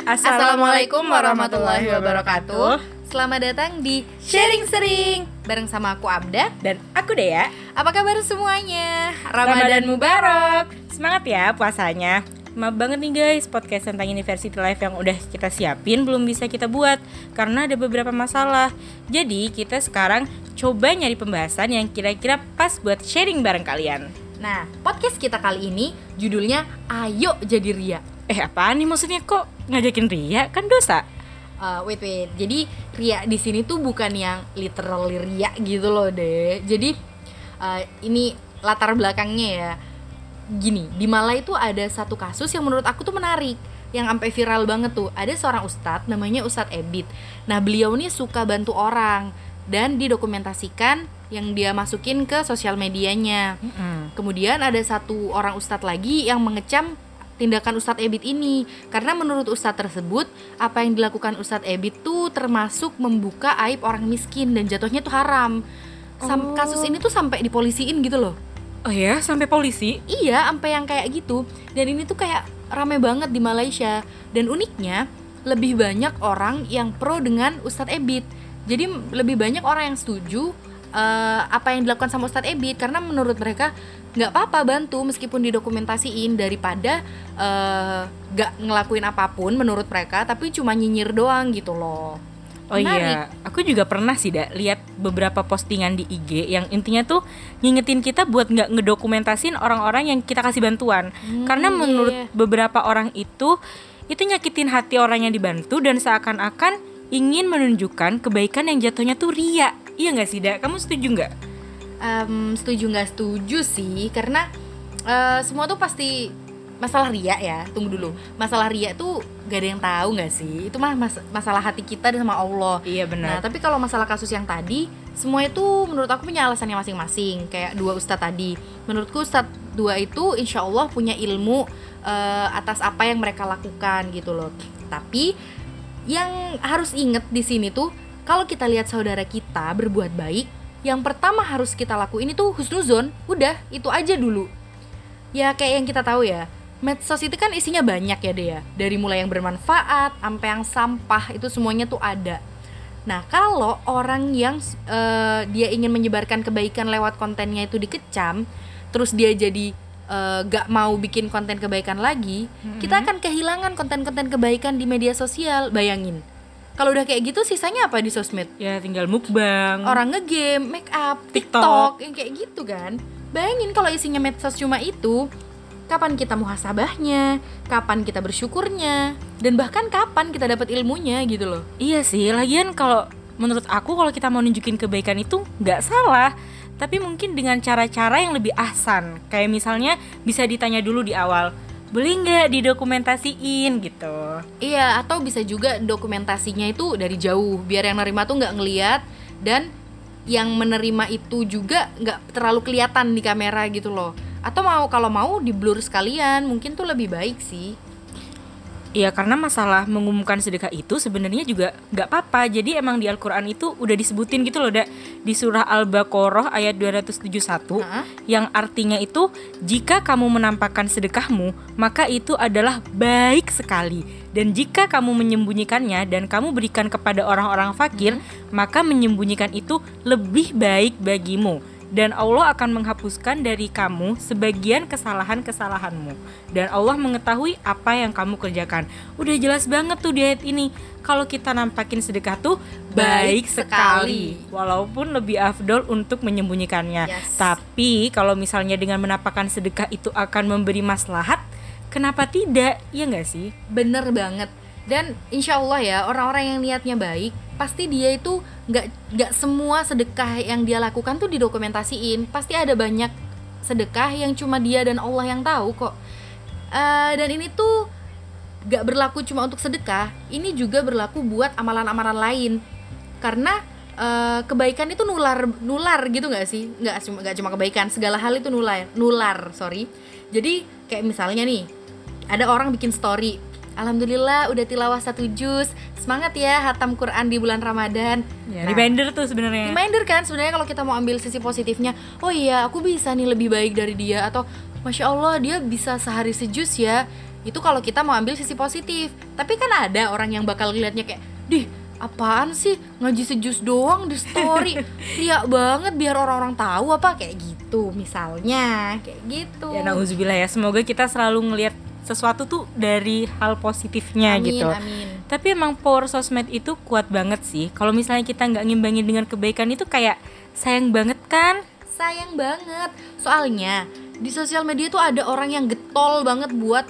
Assalamualaikum warahmatullahi wabarakatuh. Selamat datang di Sharing Sering bareng sama aku Abda dan aku Dea. Apa kabar semuanya? Ramadan Mubarak. Semangat ya puasanya. Maaf banget nih guys, podcast tentang University Life yang udah kita siapin belum bisa kita buat karena ada beberapa masalah. Jadi kita sekarang coba nyari pembahasan yang kira-kira pas buat sharing bareng kalian. Nah, podcast kita kali ini judulnya Ayo Jadi Ria. Apaan nih maksudnya, kok ngajakin ria? Kan dosa. Wait. Jadi ria di sini tuh bukan yang literally ria gitu loh deh. Jadi ini latar belakangnya ya. Gini, di Malai itu ada satu kasus yang menurut aku tuh menarik, yang sampai viral banget tuh. Ada seorang ustadz namanya Ustadz Ebit. Nah, beliau nih suka bantu orang dan didokumentasikan yang dia masukin ke sosial medianya. Kemudian ada satu orang ustadz lagi yang mengecam tindakan Ustadz Ebit ini, karena menurut ustadz tersebut apa yang dilakukan Ustadz Ebit tuh termasuk membuka aib orang miskin dan jatuhnya tuh haram. Kasus ini tuh sampai dipolisiin gitu loh. Oh ya, sampai polisi? Iya, sampai yang kayak gitu. Dan ini tuh kayak rame banget di Malaysia. Dan uniknya lebih banyak orang yang pro dengan Ustadz Ebit. Jadi lebih banyak orang yang setuju apa yang dilakukan sama Ustadz Ebit, karena menurut mereka nggak apa-apa bantu meskipun didokumentasiin daripada nggak ngelakuin apapun menurut mereka, tapi cuma nyinyir doang gitu loh. Oh menarik. Iya, aku juga pernah sih lihat beberapa postingan di IG yang intinya tuh ngingetin kita buat nggak ngedokumentasin orang-orang yang kita kasih bantuan, karena menurut beberapa orang itu nyakitin hati orang yang dibantu dan seakan-akan ingin menunjukkan kebaikan yang jatuhnya tuh ria. Iya nggak sih, Da? Kamu setuju nggak? Setuju nggak setuju sih, karena semua tuh pasti masalah ria ya. Tunggu dulu, masalah ria tuh gak ada yang tahu nggak sih? Itu mah masalah hati kita dan sama Allah. Iya benar. Nah, tapi kalau masalah kasus yang tadi, semua itu menurut aku punya alasannya masing-masing. Kayak dua ustadz tadi, menurutku ustadz dua itu insya Allah punya ilmu atas apa yang mereka lakukan gitu loh. Tapi yang harus inget di sini tuh, kalau kita lihat saudara kita berbuat baik, yang pertama harus kita lakuin itu husnuzon. Udah, itu aja dulu. Ya kayak yang kita tahu ya, medsos itu kan isinya banyak ya Dea. Dari mulai yang bermanfaat sampai yang sampah, itu semuanya tuh ada. Nah, kalau orang yang dia ingin menyebarkan kebaikan lewat kontennya itu dikecam, terus dia jadi gak mau bikin konten kebaikan lagi, kita akan kehilangan konten-konten kebaikan di media sosial. Bayangin, kalau udah kayak gitu sisanya apa di sosmed? Ya tinggal mukbang, orang ngegame, make up, TikTok, yang kayak gitu kan. Bayangin kalau isinya medsos cuma itu, kapan kita muhasabahnya, kapan kita bersyukurnya, dan bahkan kapan kita dapat ilmunya gitu loh. Iya sih, lagian kalau menurut aku kalau kita mau nunjukin kebaikan itu nggak salah, tapi mungkin dengan cara-cara yang lebih ahsan. Kayak misalnya bisa ditanya dulu di awal, boleh nggak didokumentasiin gitu. Iya, atau bisa juga dokumentasinya itu dari jauh, biar yang nerima tuh nggak ngeliat, dan yang menerima itu juga nggak terlalu kelihatan di kamera gitu loh. Atau kalau mau di blur sekalian, mungkin tuh lebih baik sih. Iya, karena masalah mengumumkan sedekah itu sebenarnya juga nggak apa-apa. Jadi emang di Al-Quran itu udah disebutin gitu loh, Da. Di surah Al-Baqarah ayat 271 yang artinya itu, jika kamu menampakkan sedekahmu, maka itu adalah baik sekali. Dan jika kamu menyembunyikannya dan kamu berikan kepada orang-orang fakir, maka menyembunyikan itu lebih baik bagimu. Dan Allah akan menghapuskan dari kamu sebagian kesalahan-kesalahanmu. Dan Allah mengetahui apa yang kamu kerjakan. Udah jelas banget tuh di ayat ini. Kalau kita nampakin sedekah tuh baik sekali. Walaupun lebih afdol untuk menyembunyikannya. Yes. Tapi kalau misalnya dengan menampakkan sedekah itu akan memberi maslahat, kenapa tidak? Iya gak sih? Bener banget. Dan insya Allah ya, orang-orang yang niatnya baik, pasti dia itu nggak semua sedekah yang dia lakukan tuh didokumentasiin. Pasti ada banyak sedekah yang cuma dia dan Allah yang tahu kok. Dan ini tuh nggak berlaku cuma untuk sedekah, ini juga berlaku buat amalan-amalan lain. Karena kebaikan itu nular gitu nggak sih? Nggak cuma kebaikan, segala hal itu nular. Jadi kayak misalnya nih, ada orang bikin story, alhamdulillah udah tilawah 1 juz, semangat ya hatam Quran di bulan Ramadan. Ya, reminder tuh sebenarnya. Reminder kan sebenarnya kalau kita mau ambil sisi positifnya. Oh iya, aku bisa nih lebih baik dari dia, atau Masya Allah dia bisa sehari sejus ya. Itu kalau kita mau ambil sisi positif. Tapi kan ada orang yang bakal liatnya kayak, "Dih, apaan sih ngaji sejus doang di story, riak banget biar orang-orang tahu apa," kayak gitu misalnya, kayak gitu. Ya nauzubillah ya, semoga kita selalu ngelihat sesuatu tuh dari hal positifnya. Amin, gitu. amin. Tapi emang power sosmed itu kuat banget sih. Kalau misalnya kita nggak ngimbangin dengan kebaikan itu kayak sayang banget kan? Sayang banget. Soalnya di sosial media tuh ada orang yang getol banget buat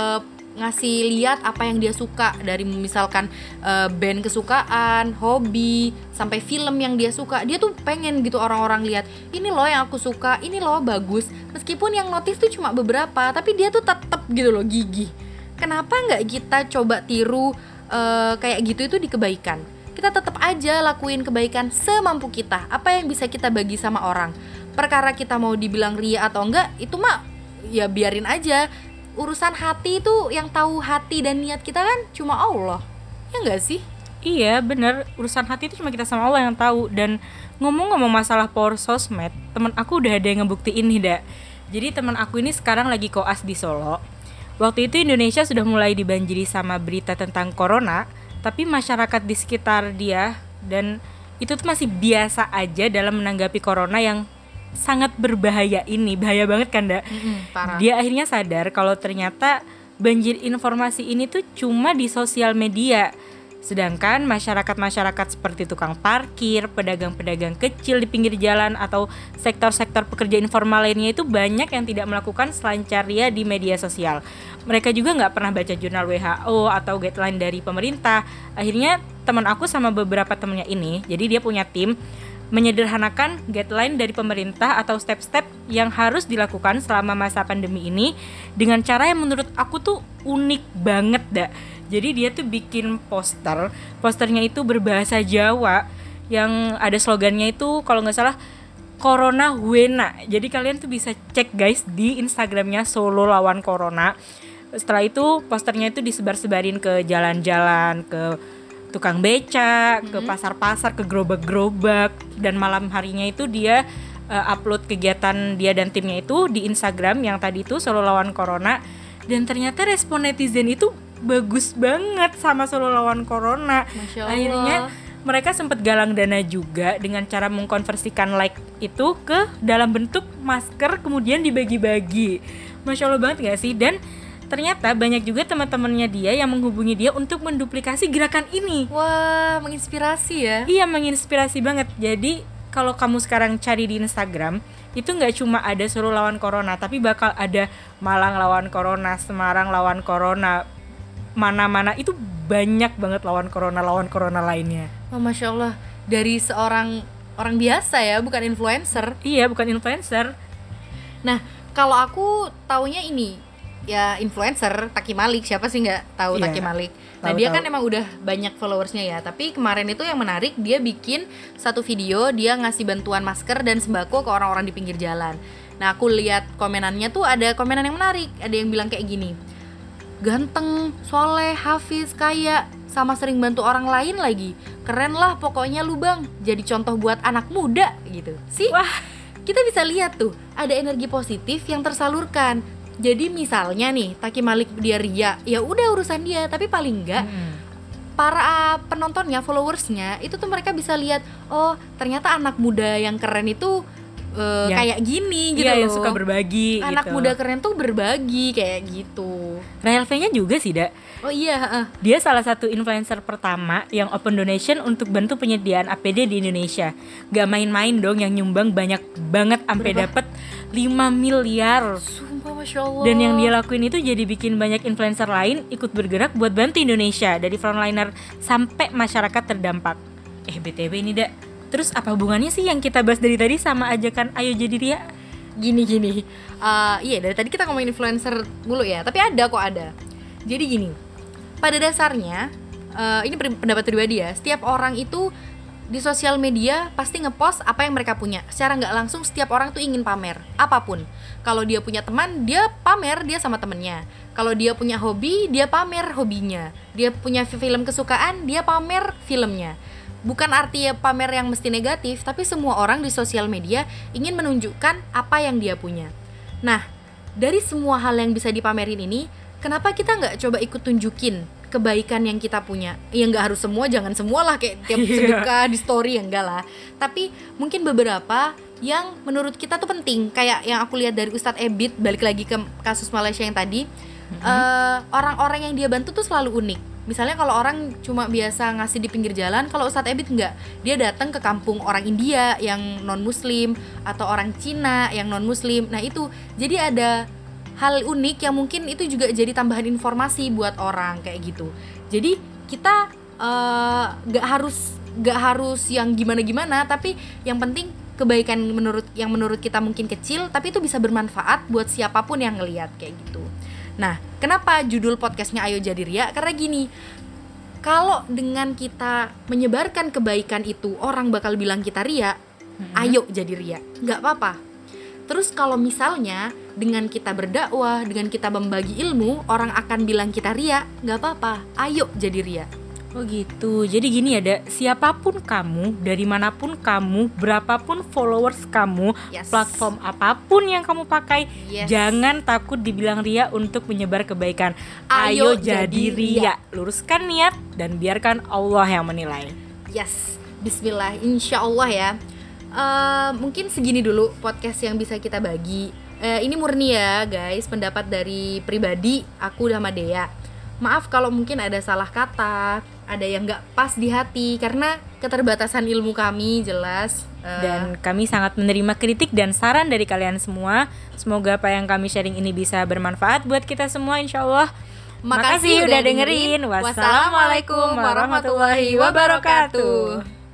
ngasih lihat apa yang dia suka, dari misalkan band kesukaan, hobi, sampai film yang dia suka. Dia tuh pengen gitu orang-orang lihat, ini loh yang aku suka, ini loh bagus. Meskipun yang notice tuh cuma beberapa, tapi dia tuh tetep gitu loh gigih. Kenapa nggak kita coba tiru kayak gitu itu di kebaikan? Kita tetap aja lakuin kebaikan semampu kita. Apa yang bisa kita bagi sama orang? Perkara kita mau dibilang ria atau enggak, itu mah ya biarin aja. Urusan hati itu yang tahu hati dan niat kita kan cuma Allah. Ya enggak sih? Iya bener, urusan hati itu cuma kita sama Allah yang tahu. Dan ngomong-ngomong masalah power sosmed, teman aku udah ada yang ngebuktiin nih, Dak. Jadi teman aku ini sekarang lagi koas di Solo. Waktu itu Indonesia sudah mulai dibanjiri sama berita tentang corona, tapi masyarakat di sekitar dia dan itu tuh masih biasa aja dalam menanggapi corona yang sangat berbahaya ini. Bahaya banget kan, Dak? Parah. Dia akhirnya sadar kalau ternyata banjir informasi ini tuh cuma di sosial media. Sedangkan masyarakat-masyarakat seperti tukang parkir, pedagang-pedagang kecil di pinggir jalan, atau sektor-sektor pekerja informal lainnya itu banyak yang tidak melakukan selancar ria di media sosial. Mereka juga nggak pernah baca jurnal WHO atau guideline dari pemerintah. Akhirnya teman aku sama beberapa temennya ini, jadi dia punya tim, menyederhanakan guideline dari pemerintah atau step-step yang harus dilakukan selama masa pandemi ini dengan cara yang menurut aku tuh unik banget, Dak. Jadi dia tuh bikin posternya itu berbahasa Jawa yang ada slogannya itu kalau nggak salah Corona Wena. Jadi kalian tuh bisa cek guys di Instagramnya Solo Lawan Corona. Setelah itu posternya itu disebar-sebarin ke jalan-jalan, ke tukang beca, ke pasar-pasar, ke gerobak-gerobak, dan malam harinya itu dia upload kegiatan dia dan timnya itu di Instagram yang tadi itu Solo Lawan Corona. Dan ternyata respon netizen itu bagus banget sama Solo Lawan Corona. Masya Allah. Akhirnya mereka sempat galang dana juga dengan cara mengkonversikan like itu ke dalam bentuk masker kemudian dibagi-bagi. Masya Allah banget gak sih? Dan ternyata banyak juga teman-temannya dia yang menghubungi dia untuk menduplikasi gerakan ini. Wah, menginspirasi ya. Iya, menginspirasi banget. Jadi kalau kamu sekarang cari di Instagram, itu nggak cuma ada Solo Lawan Corona, tapi bakal ada Malang Lawan Corona, Semarang Lawan Corona, mana-mana itu banyak banget lawan corona lainnya. Oh, Masya Allah, dari seorang orang biasa ya, bukan influencer. Iya, bukan influencer. Nah, kalau aku taunya ini ya influencer Taki Malik. Siapa sih nggak tahu Iya, Taki Malik? Nah, dia kan emang udah banyak followersnya ya. Tapi kemarin itu yang menarik, dia bikin satu video dia ngasih bantuan masker dan sembako ke orang-orang di pinggir jalan. Nah, aku lihat komenannya tuh ada komenan yang menarik. Ada yang bilang kayak gini, ganteng, soleh, hafiz, kaya, sama sering bantu orang lain lagi. Keren lah pokoknya lu bang, jadi contoh buat anak muda gitu. Sih, Wah, kita bisa lihat tuh ada energi positif yang tersalurkan. Jadi misalnya nih Taki Malik dia ria, ya udah urusan dia, tapi paling enggak para penontonnya, followersnya itu tuh mereka bisa lihat, oh ternyata anak muda yang keren itu kayak gini gitu iya, loh. yang suka berbagi Anak gitu. muda keren tuh berbagi kayak gitu. Rahel V-nya juga sih, Dak. Oh iya, Dia salah satu influencer pertama yang open donation untuk bantu penyediaan APD di Indonesia. Gak main-main dong, yang nyumbang banyak banget sampai dapat 5 miliar. sumpah Masya Allah. Dan yang dia lakuin itu jadi bikin banyak influencer lain ikut bergerak buat bantu Indonesia, dari frontliner sampai masyarakat terdampak. BTW ini, Dak, terus apa hubungannya sih yang kita bahas dari tadi sama ajakan ayo jadi ria? Gini iya dari tadi kita ngomongin influencer mulu ya, tapi ada. Jadi gini, pada dasarnya ini pendapat pribadi ya, setiap orang itu di sosial media pasti ngepost apa yang mereka punya. Secara nggak langsung setiap orang tuh ingin pamer apapun. Kalau dia punya teman, dia pamer dia sama temennya. Kalau dia punya hobi, dia pamer hobinya. Dia punya film kesukaan, dia pamer filmnya. Bukan artinya pamer yang mesti negatif, tapi semua orang di sosial media ingin menunjukkan apa yang dia punya. Nah, dari semua hal yang bisa dipamerin ini, kenapa kita nggak coba ikut tunjukin kebaikan yang kita punya? Ya nggak harus semua, jangan semua lah kayak tiap sedekah di story, ya enggak lah. Tapi mungkin beberapa yang menurut kita tuh penting, kayak yang aku lihat dari Ustadz Ebit, balik lagi ke kasus Malaysia yang tadi. Orang-orang yang dia bantu tuh selalu unik. Misalnya kalau orang cuma biasa ngasih di pinggir jalan, kalau Ustadz Ebit enggak, dia datang ke kampung orang India yang non muslim atau orang Cina yang non muslim. Nah itu jadi ada hal unik yang mungkin itu juga jadi tambahan informasi buat orang kayak gitu. Jadi kita nggak harus yang gimana-gimana, tapi yang penting kebaikan menurut kita mungkin kecil, tapi itu bisa bermanfaat buat siapapun yang ngelihat kayak gitu. Nah, kenapa judul podcastnya Ayo Jadi Ria? Karena gini, kalau dengan kita menyebarkan kebaikan itu orang bakal bilang kita ria, ayo jadi ria, nggak apa-apa. Terus kalau misalnya dengan kita berdakwah, dengan kita membagi ilmu, orang akan bilang kita ria, nggak apa-apa, ayo jadi ria. Oh gitu, jadi gini ya, siapapun kamu, dari manapun kamu, berapapun followers kamu, platform apapun yang kamu pakai, jangan takut dibilang ria untuk menyebar kebaikan. Ayo jadi ria, luruskan niat dan biarkan Allah yang menilai. Yes, bismillah, insya Allah ya. Mungkin segini dulu podcast yang bisa kita bagi. Ini murni ya guys, pendapat dari pribadi aku sama Dea. Maaf kalau mungkin ada salah kata, ada yang gak pas di hati, karena keterbatasan ilmu kami jelas. Dan kami sangat menerima kritik dan saran dari kalian semua. Semoga apa yang kami sharing ini bisa bermanfaat buat kita semua, insya Allah. Makasih udah dengerin. Wassalamualaikum warahmatullahi wabarakatuh.